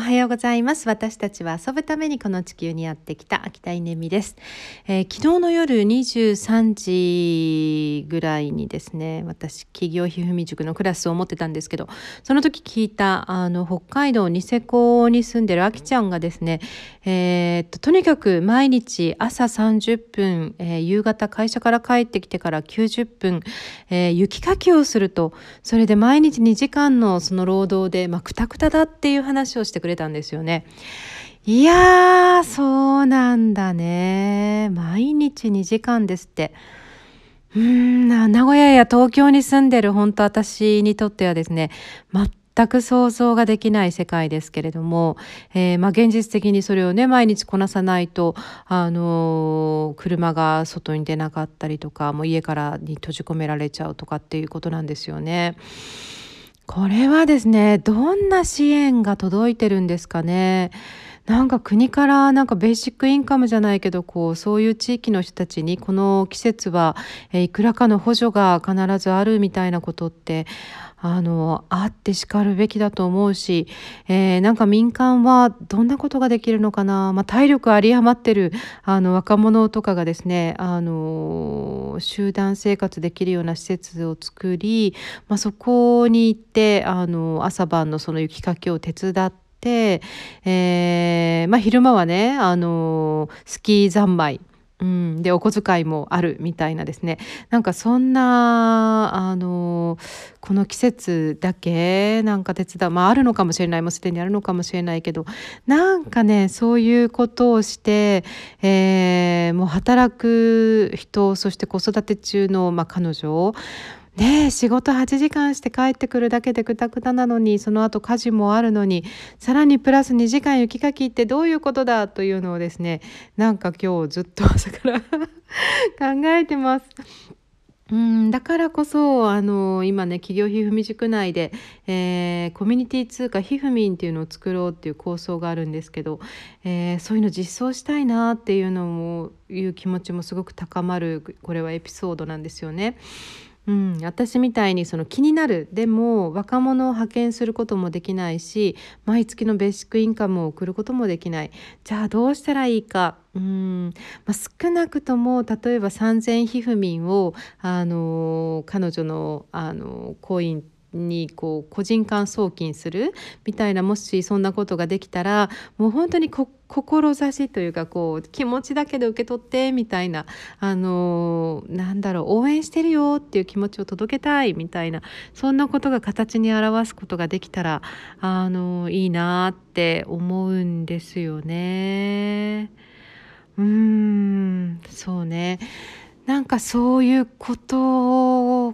おはようございます。私たちは遊ぶためにこの地球にやってきた秋田稲美です。昨日の夜23時ぐらいにですね、私企業ひふみ塾のクラスを持ってたんですけど、その時聞いた北海道ニセコに住んでるあきちゃんがですね、とにかく毎日朝30分、夕方会社から帰ってきてから90分、雪かきをすると、それで毎日2時間のその労働で、くたくただっていう話をしてくれたんですよね。いやー、そうなんだね。毎日2時間ですって。名古屋や東京に住んでる本当私にとってはですね、全く想像ができない世界ですけれども、現実的にそれをね、毎日こなさないと、車が外に出なかったりとか、もう家からに閉じ込められちゃうとかっていうことなんですよね。これはですね、どんな支援が届いてるんですかね。なんか国からなんかベーシックインカムじゃないけど、そういう地域の人たちにこの季節はいくらかの補助が必ずあるみたいなことってあってしかるべきだと思うし、なんか民間はどんなことができるのかな。体力あり余ってる若者とかがですね、集団生活できるような施設を作り、そこに行って朝晩のその雪かきを手伝って、昼間はねスキー三昧、でお小遣いもあるみたいなですね、なんかそんなこの季節だけなんか手伝う、あるのかもしれない、もうすでにあるのかもしれないけど、なんかねそういうことをして、もう働く人、そして子育て中の、彼女仕事8時間して帰ってくるだけでぐたぐたなのに、その後家事もあるのに、さらにプラス2時間雪かきってどういうことだというのをですね、なんか今日ずっと朝から考えてます。だからこそ今ね企業ひふみ塾内で、コミュニティ通貨ひふみんっていうのを作ろうっていう構想があるんですけど、そういうの実装したいなっていうのもいう気持ちもすごく高まる、これはエピソードなんですよね。私みたいにその気になる、でも若者を派遣することもできないし、毎月のベーシックインカムを送ることもできない。じゃあどうしたらいいか。少なくとも例えば3000ひふみんを彼女のコインに個人間送金するみたいな、もしそんなことができたら、もう本当に志というか気持ちだけで受け取ってみたいな、応援してるよっていう気持ちを届けたいみたいな、そんなことが形に表すことができたらいいなって思うんですよね。そうね。なんかそういうこと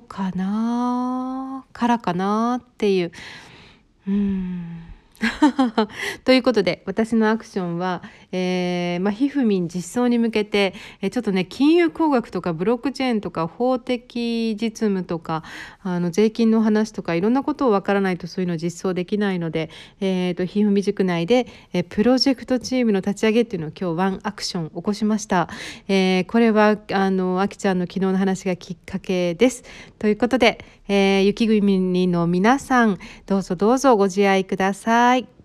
かなっていう。うーんということで、私のアクションは、ひふみん実装に向けて、ちょっとね金融工学とかブロックチェーンとか法的実務とか税金の話とかいろんなことをわからないとそういうの実装できないので、ひふみ塾内で、プロジェクトチームの立ち上げっていうのを今日ワンアクション起こしました。これはあきちゃんの昨日の話がきっかけです。ということで、雪国の皆さんどうぞどうぞご自愛ください。